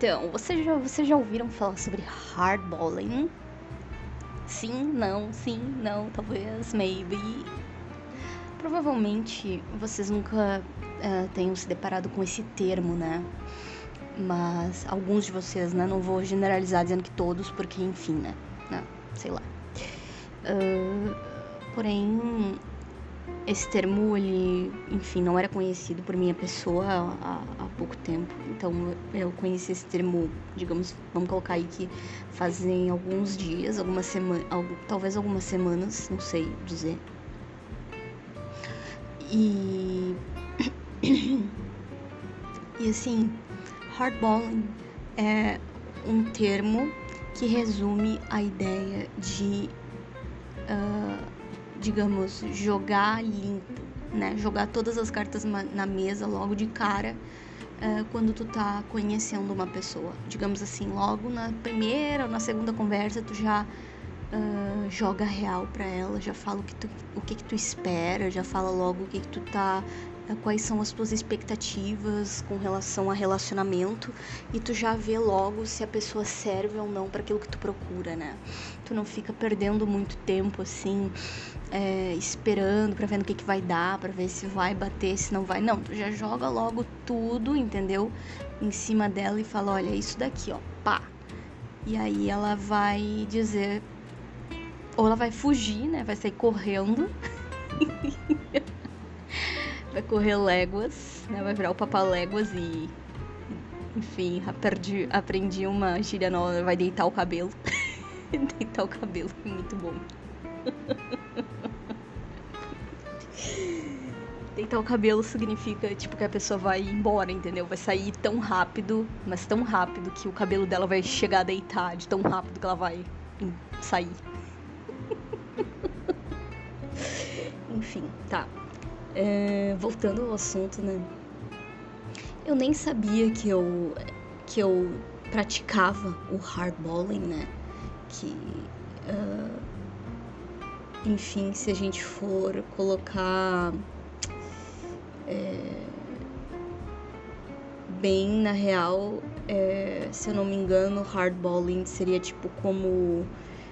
Então, vocês já ouviram falar sobre hardballing? Sim, não, talvez, maybe. Provavelmente vocês nunca tenham se deparado com esse termo, né? Mas alguns de vocês, né? Não vou generalizar dizendo que todos, porque enfim, né? Sei lá. Porém, esse termo, ele, enfim, não era conhecido por minha pessoa há pouco tempo. Então, eu conheci esse termo, digamos, vamos colocar aí que fazem alguns dias, talvez algumas semanas, não sei dizer. E assim, hardballing é um termo que resume a ideia de digamos, jogar limpo, né? Jogar todas as cartas na mesa logo de cara quando tu tá conhecendo uma pessoa. Digamos assim, logo na primeira ou na segunda conversa tu já joga real pra ela, já fala o que tu espera, já fala logo o que tu tá... quais são as tuas expectativas com relação a relacionamento, e tu já vê logo se a pessoa serve ou não para aquilo que tu procura, né? Tu não fica perdendo muito tempo assim, esperando pra ver no que vai dar, pra ver se vai bater, se não vai. Não, tu já joga logo tudo, entendeu? Em cima dela e fala, olha, isso daqui, ó, pá. E aí ela vai dizer, ou ela vai fugir, né? Vai sair correndo. Vai correr léguas, né? Vai virar o papaléguas e... Enfim, aprendi uma gíria nova, vai deitar o cabelo. Deitar o cabelo, muito bom. Deitar o cabelo significa, tipo, que a pessoa vai embora, entendeu? Vai sair tão rápido, mas tão rápido que o cabelo dela vai chegar a deitar, de tão rápido que ela vai sair. Enfim, tá. Voltando ao assunto, né? Eu nem sabia que eu praticava o hardballing, né? Que, enfim, se a gente for colocar bem na real, se eu não me engano, hardballing seria tipo como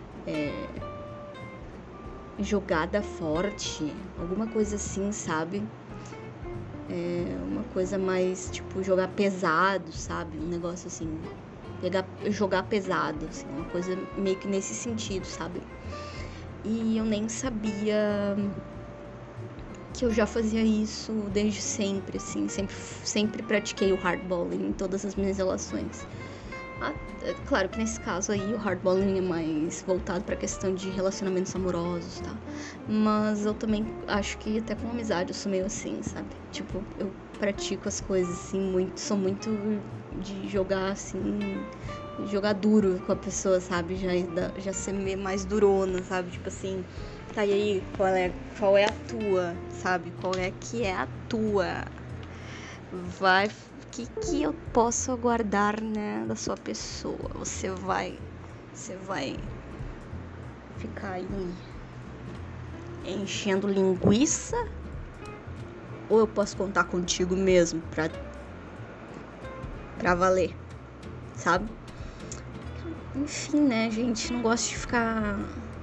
jogada forte, alguma coisa assim, sabe? Uma coisa mais, tipo, jogar pesado, sabe? Um negócio assim, jogar pesado, assim, uma coisa meio que nesse sentido, sabe? E eu nem sabia que eu já fazia isso desde sempre, assim, sempre pratiquei o hardballing em todas as minhas relações. Claro que nesse caso aí o hardballing é mais voltado pra questão de relacionamentos amorosos, tá? Mas eu também acho que até com amizade eu sou meio assim, sabe? Tipo, eu pratico as coisas assim, sou muito de jogar assim, jogar duro com a pessoa, sabe? Já ser meio mais durona, sabe? Tipo assim, tá, e aí, qual é a tua, sabe? Qual é que é a tua? O que eu posso aguardar, né, da sua pessoa? Você vai ficar aí enchendo linguiça? Ou eu posso contar contigo mesmo pra valer, sabe? Enfim, né, gente, não gosto de ficar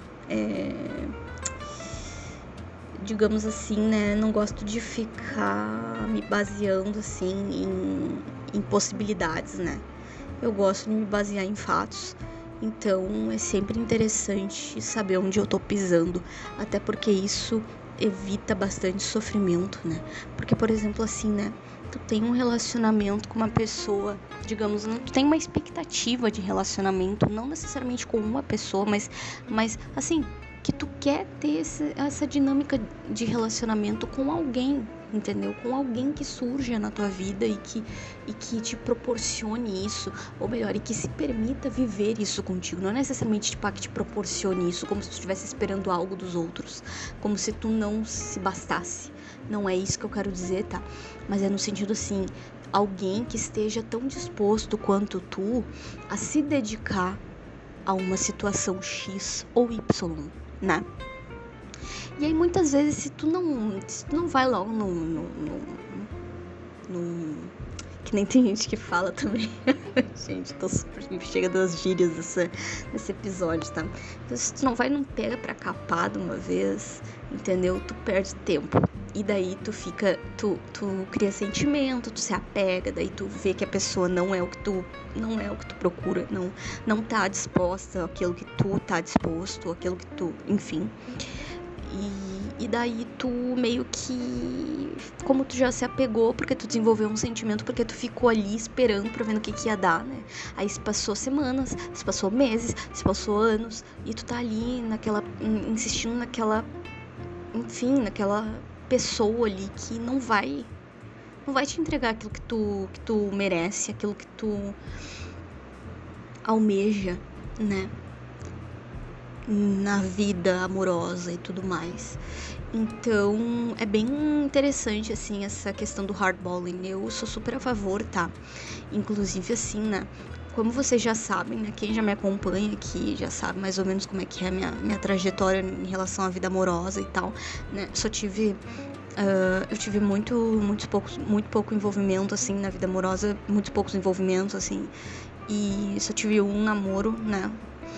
digamos assim, né, não gosto de ficar me baseando, assim, em possibilidades, né. Eu gosto de me basear em fatos, então é sempre interessante saber onde eu tô pisando, até porque isso evita bastante sofrimento, né. Porque, por exemplo, assim, né, tu tem um relacionamento com uma pessoa, digamos, tu tem uma expectativa de relacionamento, não necessariamente com uma pessoa, mas assim, que tu quer ter essa dinâmica de relacionamento com alguém, entendeu? Com alguém que surja na tua vida e que te proporcione isso, ou melhor, e que se permita viver isso contigo. Não é necessariamente tipo, que te proporcione isso como se tu estivesse esperando algo dos outros, como se tu não se bastasse. Não é isso que eu quero dizer, tá? Mas é no sentido assim, alguém que esteja tão disposto quanto tu a se dedicar a uma situação X ou Y, né? E aí muitas vezes se tu não vai logo no Que nem tem gente que fala também. Gente, tô super chega das gírias nesse episódio, tá? Então, se tu não vai num pega pra capar de uma vez, entendeu? Tu perde tempo. E daí tu fica, tu cria sentimento, tu se apega, daí tu vê que a pessoa não é o que tu procura, não tá disposta àquilo que tu tá disposto, àquilo que tu, enfim. E daí tu meio que, como tu já se apegou, porque tu desenvolveu um sentimento, porque tu ficou ali esperando pra ver no que ia dar, né? Aí se passou semanas, se passou meses, se passou anos, e tu tá ali insistindo naquela, enfim, naquela pessoa ali que não vai te entregar aquilo que tu merece, aquilo que tu almeja, né? Na vida amorosa e tudo mais. Então, é bem interessante, assim, essa questão do hardballing. Eu sou super a favor, tá? Inclusive, assim, né? Como vocês já sabem, né? Quem já me acompanha aqui já sabe mais ou menos como é que é a minha trajetória em relação à vida amorosa e tal, né? Eu tive muito pouco envolvimento, assim, na vida amorosa. Muitos poucos envolvimentos, assim. E só tive um namoro, né?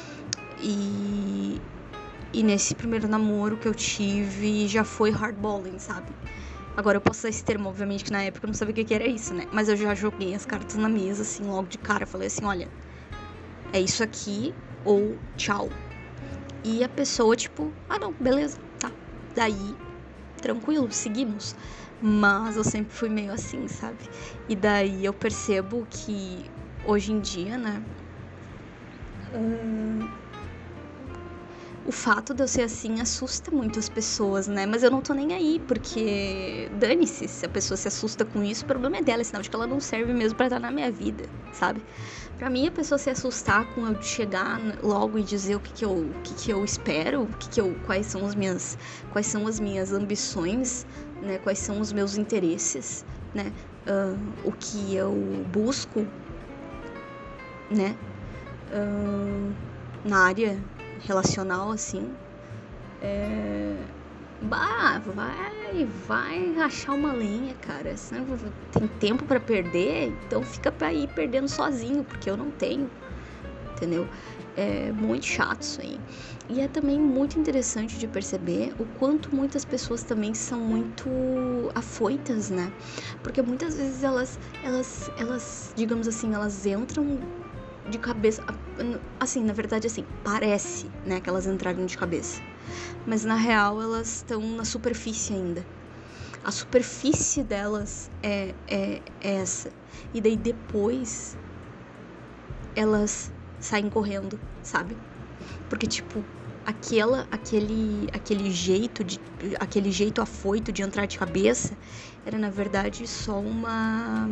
E nesse primeiro namoro que eu tive já foi hardballing, sabe? Agora eu posso usar esse termo, obviamente que na época eu não sabia o que era isso, né? Mas eu já joguei as cartas na mesa, assim, logo de cara. Falei assim, olha, é isso aqui ou tchau. E a pessoa, tipo, não, beleza, tá. Daí, tranquilo, seguimos. Mas eu sempre fui meio assim, sabe? E daí eu percebo que hoje em dia, né? O fato de eu ser assim assusta muito as pessoas, né? Mas eu não tô nem aí, porque dane-se, se a pessoa se assusta com isso, o problema é dela, é sinal de que ela não serve mesmo pra estar na minha vida, sabe? Pra mim, a pessoa se assustar com eu chegar logo e dizer o que eu espero, quais são as minhas ambições, né? Quais são os meus interesses, né? O que eu busco, né? Na área relacional, assim, vai rachar uma lenha, cara. Se não tem tempo pra perder, então fica pra ir perdendo sozinho, porque eu não tenho, entendeu? É muito chato isso aí. E é também muito interessante de perceber o quanto muitas pessoas também são muito afoitas, né? Porque muitas vezes elas, digamos assim, elas entram de cabeça, assim, na verdade, assim, parece, né, que elas entraram de cabeça, mas na real elas estão na superfície ainda. A superfície delas é essa, e daí depois elas saem correndo, sabe? Porque, tipo, aquele jeito afoito de entrar de cabeça era, na verdade, só uma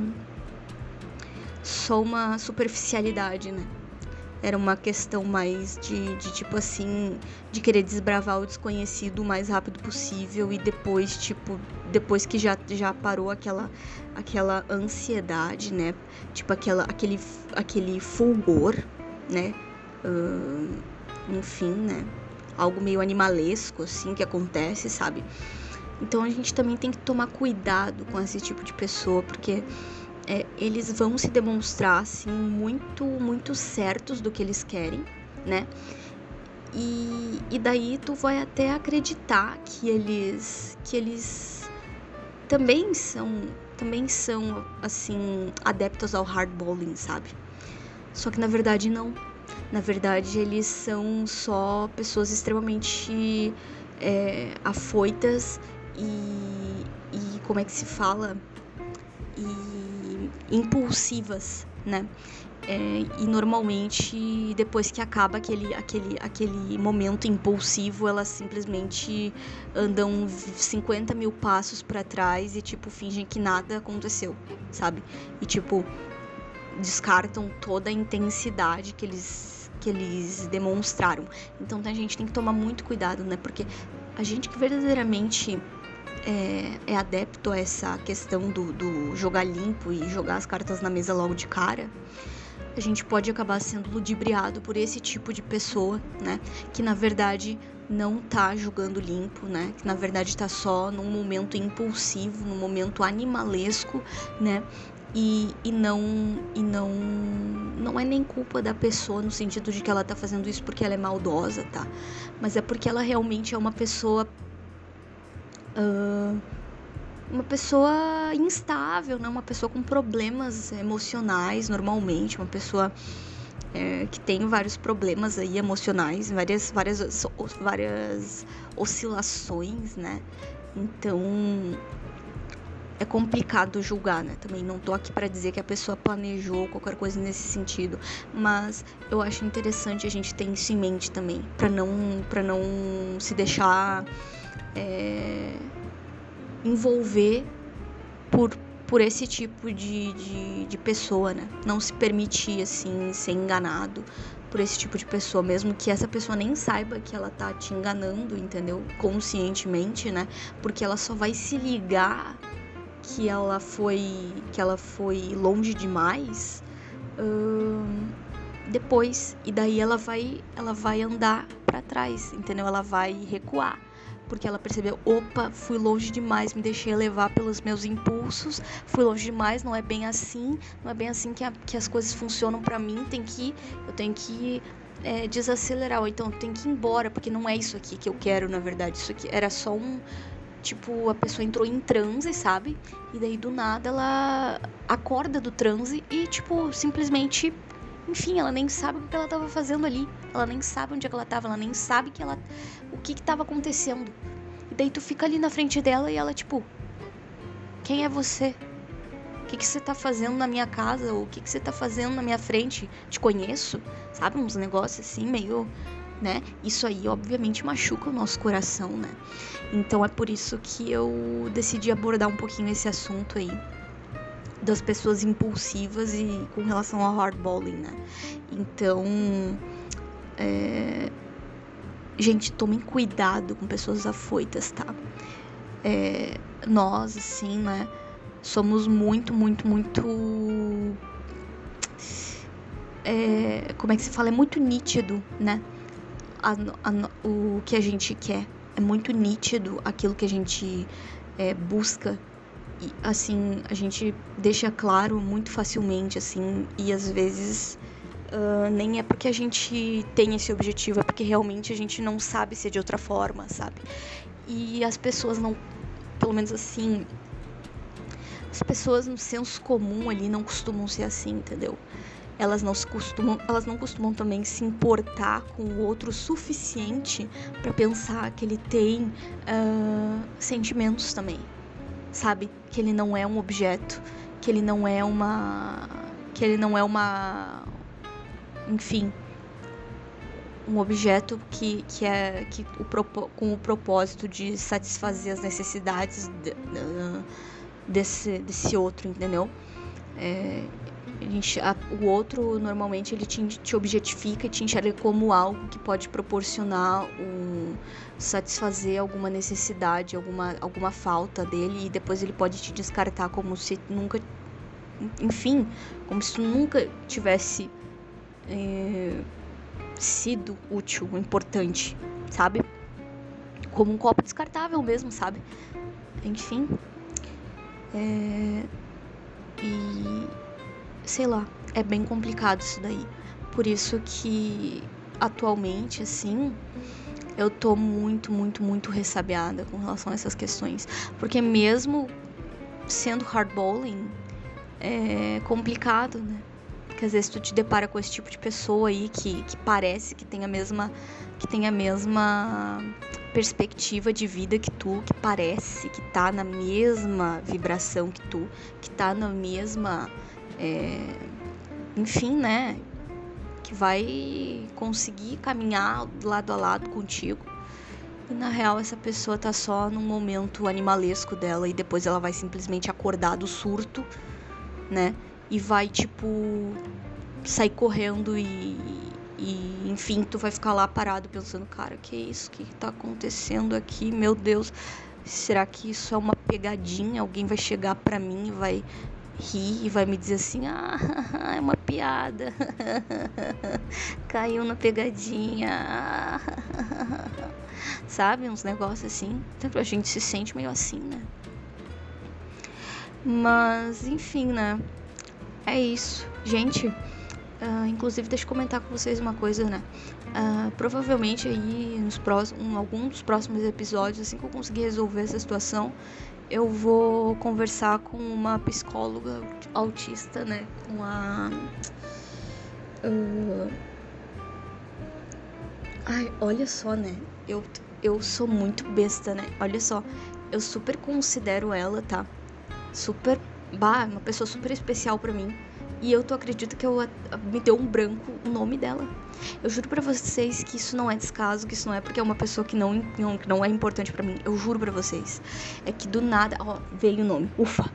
superficialidade, né? Era uma questão mais de tipo assim, de querer desbravar o desconhecido o mais rápido possível e depois que já parou aquela ansiedade, né? Tipo aquele fulgor, né? Enfim, né? Algo meio animalesco, assim, que acontece, sabe? Então a gente também tem que tomar cuidado com esse tipo de pessoa, porque eles vão se demonstrar, assim, muito certos do que eles querem, né? E daí tu vai até acreditar que eles também são, assim, adeptos ao hardballing, sabe? Só que na verdade não. Na verdade eles são só pessoas extremamente afoitas e como é que se fala? E impulsivas, né? E normalmente depois que acaba aquele momento impulsivo, elas simplesmente andam 50 mil passos pra trás e tipo fingem que nada aconteceu, sabe? E tipo descartam toda a intensidade que eles demonstraram. Então a gente tem que tomar muito cuidado, né? Porque a gente que verdadeiramente é adepto a essa questão do jogar limpo e jogar as cartas na mesa logo de cara, a gente pode acabar sendo ludibriado por esse tipo de pessoa, né? Que na verdade não tá jogando limpo, né? Que na verdade tá só num momento impulsivo, num momento animalesco, né? e não é nem culpa da pessoa no sentido de que ela tá fazendo isso porque ela é maldosa, tá? Mas é porque ela realmente é uma pessoa instável, né? Uma pessoa com problemas emocionais normalmente, uma pessoa que tem vários problemas aí emocionais, várias oscilações, né? Então é complicado julgar, né? Também não tô aqui pra dizer que a pessoa planejou qualquer coisa nesse sentido, mas eu acho interessante a gente ter isso em mente também, pra não se deixar envolver por esse tipo de pessoa, né? Não se permitir, assim, ser enganado por esse tipo de pessoa, mesmo que essa pessoa nem saiba que ela tá te enganando, entendeu? Conscientemente, né? Porque ela só vai se ligar que ela foi longe demais depois, e daí ela vai andar pra trás, entendeu? Ela vai recuar, porque ela percebeu, opa, fui longe demais, me deixei levar pelos meus impulsos, fui longe demais, não é bem assim que as coisas funcionam pra mim, eu tenho que desacelerar, ou então eu tenho que ir embora, porque não é isso aqui que eu quero, na verdade, isso aqui era só tipo, a pessoa entrou em transe, sabe? E daí, do nada, ela acorda do transe e, tipo, simplesmente... Enfim, ela nem sabe o que ela tava fazendo ali. Ela nem sabe onde é que ela tava. Ela nem sabe o que tava acontecendo. E daí, tu fica ali na frente dela e ela, tipo... Quem é você? O que você tá fazendo na minha casa? Ou o que você tá fazendo na minha frente? Te conheço? Sabe? Uns negócios assim, meio... né? Isso aí, obviamente, machuca o nosso coração, né? Então é por isso que eu decidi abordar um pouquinho esse assunto aí das pessoas impulsivas e com relação ao hardballing, né? Então, gente, tomem cuidado com pessoas afoitas, tá? Nós, assim, né? Somos muito, muito, muito... como é que se fala? É muito nítido, né? O que a gente quer. É muito nítido aquilo que a gente busca. E, assim, a gente deixa claro muito facilmente, assim, e às vezes nem é porque a gente tem esse objetivo, é porque realmente a gente não sabe ser de outra forma, sabe? E as pessoas não, pelo menos assim, as pessoas no senso comum ali não costumam ser assim, entendeu? Elas não costumam também se importar com o outro o suficiente para pensar que ele tem sentimentos também, sabe? Que ele não é um objeto, que ele não é uma, enfim, um objeto com o propósito de satisfazer as necessidades desse outro, entendeu? O outro, normalmente, ele te objetifica e te enxerga como algo que pode proporcionar satisfazer alguma necessidade, alguma falta dele, e depois ele pode te descartar como se nunca... Enfim, como se nunca tivesse sido útil, importante, sabe? Como um copo descartável mesmo, sabe? Enfim. E... sei lá, é bem complicado isso daí. Por isso que, atualmente, assim, eu tô muito, muito, muito ressabiada com relação a essas questões. Porque mesmo sendo hardballing, é complicado, né? Porque às vezes tu te depara com esse tipo de pessoa aí que parece que tem a mesma perspectiva de vida que tu, que parece que tá na mesma vibração que tu, que tá na mesma... enfim, né? Que vai conseguir caminhar lado a lado contigo. E na real essa pessoa tá só num momento animalesco dela e depois ela vai simplesmente acordar do surto, né? E vai, tipo, sair correndo e enfim, tu vai ficar lá parado pensando, cara, que é isso? O que tá acontecendo aqui? Meu Deus, será que isso é uma pegadinha? Alguém vai chegar pra mim e vai rir e vai me dizer assim, é uma piada, caiu na pegadinha, sabe, uns negócios assim. Então a gente se sente meio assim, né? Mas enfim, né, é isso. Gente, inclusive deixa eu comentar com vocês uma coisa, né? Provavelmente aí em algum dos próximos episódios, assim que eu conseguir resolver essa situação, eu vou conversar com uma psicóloga autista, né? Com a... Ai, olha só, né? Eu sou muito besta, né? Olha só, eu super considero ela, tá? Super... uma pessoa super especial pra mim. E eu acredito que me deu um branco o nome dela. Eu juro pra vocês que isso não é descaso, que isso não é porque é uma pessoa que não é importante pra mim. Eu juro pra vocês. É que do nada, ó, veio o nome. Ufa.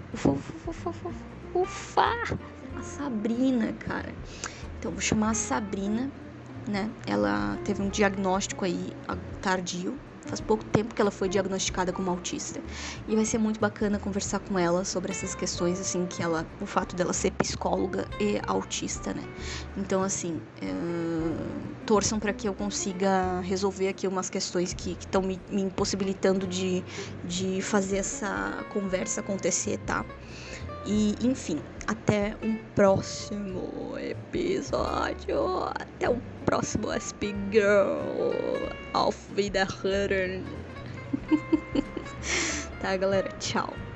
A Sabrina, cara. Então, vou chamar a Sabrina, né? Ela teve um diagnóstico aí tardio. Faz pouco tempo que ela foi diagnosticada como autista. E vai ser muito bacana conversar com ela sobre essas questões, assim, o fato dela ser psicóloga e autista, né? Então, assim, torçam para que eu consiga resolver aqui umas questões que estão me impossibilitando de fazer essa conversa acontecer, tá? E, enfim, até um próximo episódio. Até o próximo SP Girl. Auf Wiederhören. Tá, galera? Tchau.